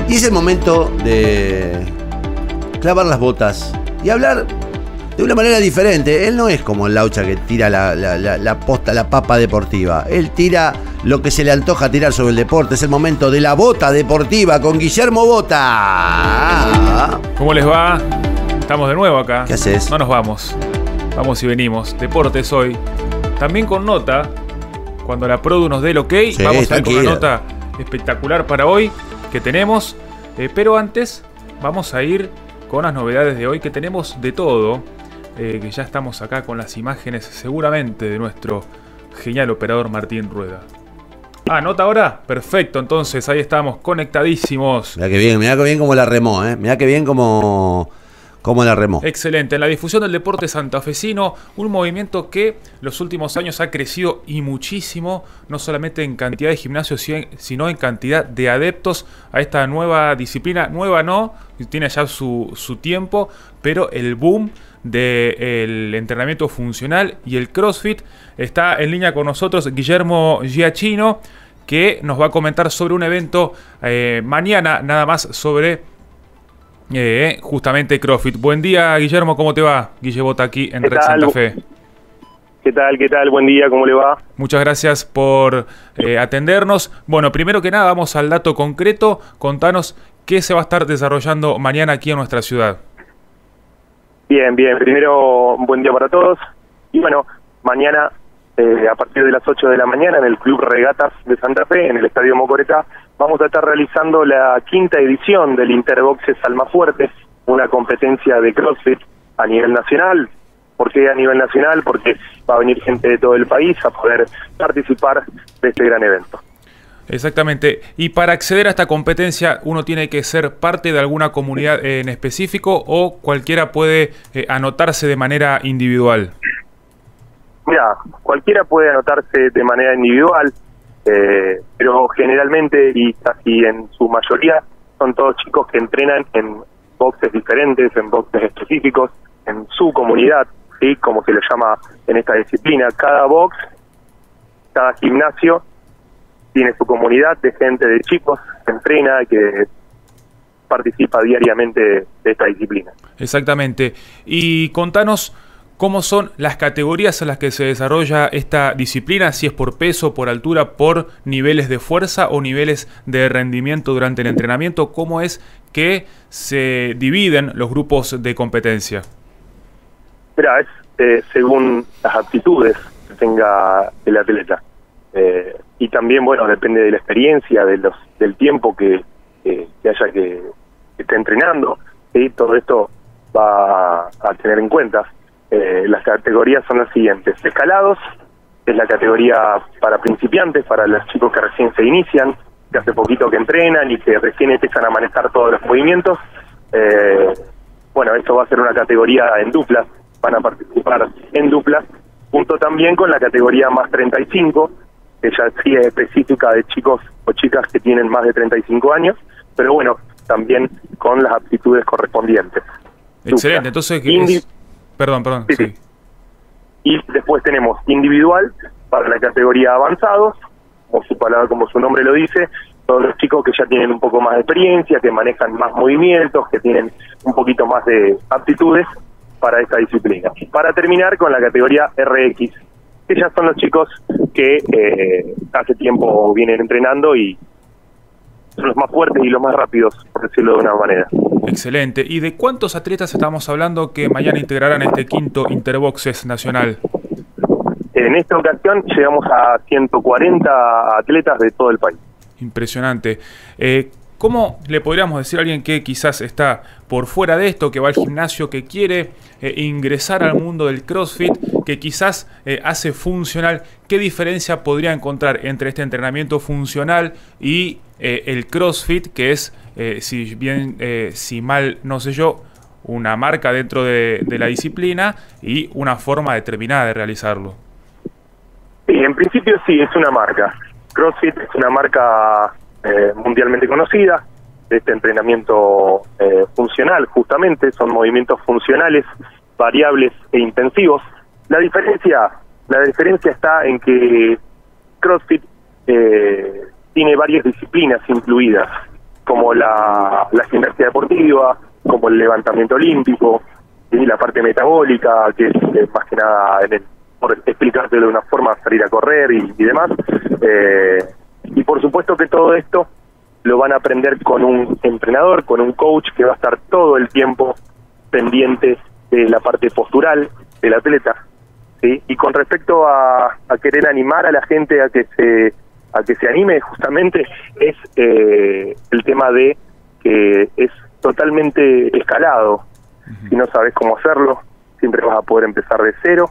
Y es el momento de clavar las botas y hablar de una manera diferente. Él no es como el Laucha que tira la papa deportiva. Él tira lo que se le antoja tirar sobre el deporte. Es el momento de la bota deportiva con Guillermo Bota. ¿Cómo les va? Estamos de nuevo acá. ¿Qué haces? No nos vamos. Vamos y venimos. Deportes hoy. También con nota. Cuando la Produ nos dé el ok, Sí, vamos a ir con una tranquila. nota espectacular para hoy que tenemos. Pero antes vamos a ir con las novedades de hoy, que tenemos de todo. Que ya estamos acá con las imágenes seguramente de nuestro genial operador Martín Rueda. ¿Nota ahora? Perfecto, entonces ahí estamos conectadísimos. Mirá que bien como la remó, Mirá que bien como la remó. Excelente, en la difusión del deporte santafesino, un movimiento que los últimos años ha crecido y muchísimo, no solamente en cantidad de gimnasios, sino en cantidad de adeptos a esta nueva disciplina. Nueva no, tiene ya su tiempo, pero el boom del entrenamiento funcional y el CrossFit. Está en línea con nosotros Guillermo Giachino, que nos va a comentar sobre un evento mañana, nada más sobre justamente CrossFit. Buen día, Guillermo, ¿cómo te va? Guille Bota aquí en Red Santa Fe. ¿Qué tal? Buen día, ¿cómo le va? Muchas gracias por atendernos. Bueno, primero que nada, vamos al dato concreto. Contanos qué se va a estar desarrollando mañana aquí en nuestra ciudad. Bien. Primero, un buen día para todos. Y bueno, mañana, a partir de las 8 de la mañana, en el Club Regatas de Santa Fe, en el Estadio Mocoretá, vamos a estar realizando la 5ª edición del Interboxes Almafuerte, una competencia de CrossFit a nivel nacional. ¿Por qué a nivel nacional? Porque va a venir gente de todo el país a poder participar de este gran evento. Exactamente. Y para acceder a esta competencia, ¿uno tiene que ser parte de alguna comunidad en específico o cualquiera puede anotarse de manera individual? Mira, cualquiera puede anotarse de manera individual, pero generalmente y casi en su mayoría son todos chicos que entrenan en boxes diferentes, en boxes específicos, en su comunidad, ¿sí? Como se le llama en esta disciplina. Cada box, cada gimnasio tiene su comunidad de gente, de chicos que entrena, que participa diariamente de esta disciplina. Exactamente. Y contanos cómo son las categorías en las que se desarrolla esta disciplina, si es por peso, por altura, por niveles de fuerza o niveles de rendimiento durante el entrenamiento. ¿Cómo es que se dividen los grupos de competencia? Mira, es según las aptitudes que tenga el atleta. Y también, bueno, depende de la experiencia, del tiempo que haya que esté entrenando, ¿sí? Todo esto va a tener en cuenta. Las categorías son las siguientes. Escalados es la categoría para principiantes, para los chicos que recién se inician, que hace poquito que entrenan y que recién empiezan a manejar todos los movimientos. Bueno, esto va a ser una categoría en duplas, van a participar en duplas, junto también con la categoría más 35, que ya sí es específica de chicos o chicas que tienen más de 35 años, pero bueno, también con las aptitudes correspondientes. Excelente, entonces... Perdón, sí. Y después tenemos individual para la categoría avanzados, como su nombre lo dice, todos los chicos que ya tienen un poco más de experiencia, que manejan más movimientos, que tienen un poquito más de aptitudes para esta disciplina. Para terminar con la categoría RX, que ya son los chicos que hace tiempo vienen entrenando y son los más fuertes y los más rápidos, por decirlo de una manera. Excelente. ¿Y de cuántos atletas estamos hablando que mañana integrarán este 5º Interboxes nacional? En esta ocasión llegamos a 140 atletas de todo el país. Impresionante. ¿Cómo le podríamos decir a alguien que quizás está por fuera de esto, que va al gimnasio, que quiere ingresar al mundo del CrossFit, que quizás hace funcional, qué diferencia podría encontrar entre este entrenamiento funcional y el CrossFit, que es, si mal no sé yo, una marca dentro de la disciplina y una forma determinada de realizarlo? Sí, en principio sí, es una marca. CrossFit es una marca mundialmente conocida de este entrenamiento funcional, justamente son movimientos funcionales, variables e intensivos. La diferencia está en que CrossFit tiene varias disciplinas incluidas, como la gimnasia deportiva, como el levantamiento olímpico, y la parte metabólica, que es más que nada, por explicarte de una forma, salir a correr y demás. Y por supuesto que todo esto lo van a aprender con un entrenador, con un coach que va a estar todo el tiempo pendiente de la parte postural del atleta, ¿sí? Y con respecto a querer animar a la gente a que se anime, justamente es el tema de que es totalmente escalado. Si no sabes cómo hacerlo, siempre vas a poder empezar de cero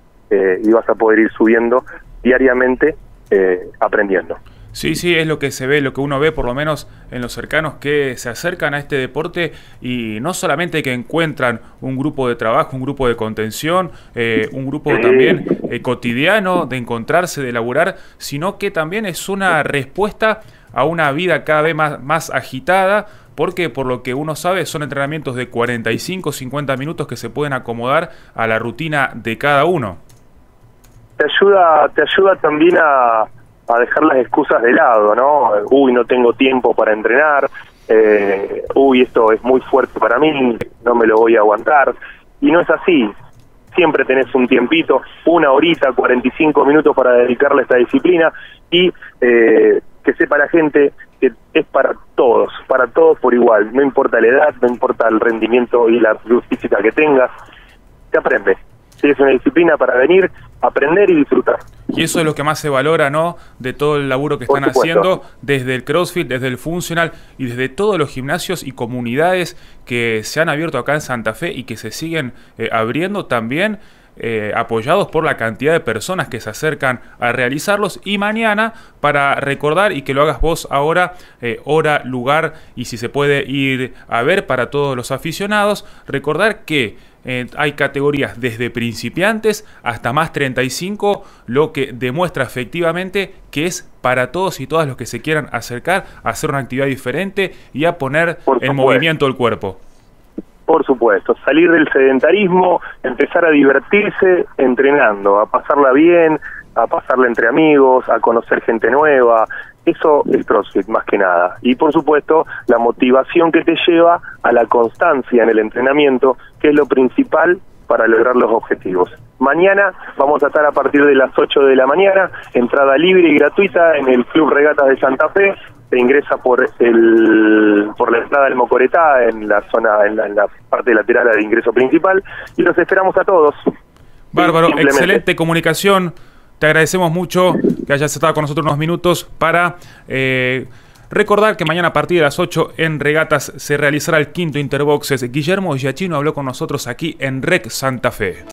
y vas a poder ir subiendo diariamente, aprendiendo. Sí, sí, es lo que se ve, lo que uno ve por lo menos en los cercanos que se acercan a este deporte, y no solamente que encuentran un grupo de trabajo, un grupo de contención, un grupo también cotidiano de encontrarse, de laburar, sino que también es una respuesta a una vida cada vez más agitada, porque por lo que uno sabe son entrenamientos de 45, 50 minutos que se pueden acomodar a la rutina de cada uno. Te ayuda también a dejar las excusas de lado, ¿no? Uy, no tengo tiempo para entrenar, uy, esto es muy fuerte para mí, no me lo voy a aguantar. Y no es así. Siempre tenés un tiempito, 1 horita, 45 minutos para dedicarle a esta disciplina, y que sepa la gente que es para todos por igual. No importa la edad, no importa el rendimiento y la salud física que tengas, se aprende. Es una disciplina para venir, aprender y disfrutar. Y eso es lo que más se valora, ¿no? De todo el laburo que están haciendo desde el CrossFit, desde el Funcional y desde todos los gimnasios y comunidades que se han abierto acá en Santa Fe y que se siguen abriendo también, apoyados por la cantidad de personas que se acercan a realizarlos. Y mañana, para recordar y que lo hagas vos ahora, hora, lugar y si se puede ir a ver para todos los aficionados, recordar que hay categorías desde principiantes hasta más 35, lo que demuestra efectivamente que es para todos y todas los que se quieran acercar a hacer una actividad diferente y a poner en movimiento el cuerpo. Por supuesto, salir del sedentarismo, empezar a divertirse entrenando, a pasarla bien, a pasarla entre amigos, a conocer gente nueva. Eso es CrossFit más que nada. Y por supuesto, la motivación que te lleva a la constancia en el entrenamiento, que es lo principal para lograr los objetivos. Mañana vamos a estar a partir de las 8 de la mañana, entrada libre y gratuita en el Club Regatas de Santa Fe. Se ingresa por la entrada del Mocoretá, en la zona, en la parte lateral de ingreso principal, y los esperamos a todos. Bárbaro, excelente comunicación. Te agradecemos mucho que hayas estado con nosotros unos minutos para recordar que mañana a partir de las 8 en Regatas se realizará el 5º Interboxes. Guillermo Giachino habló con nosotros aquí en Rec Santa Fe.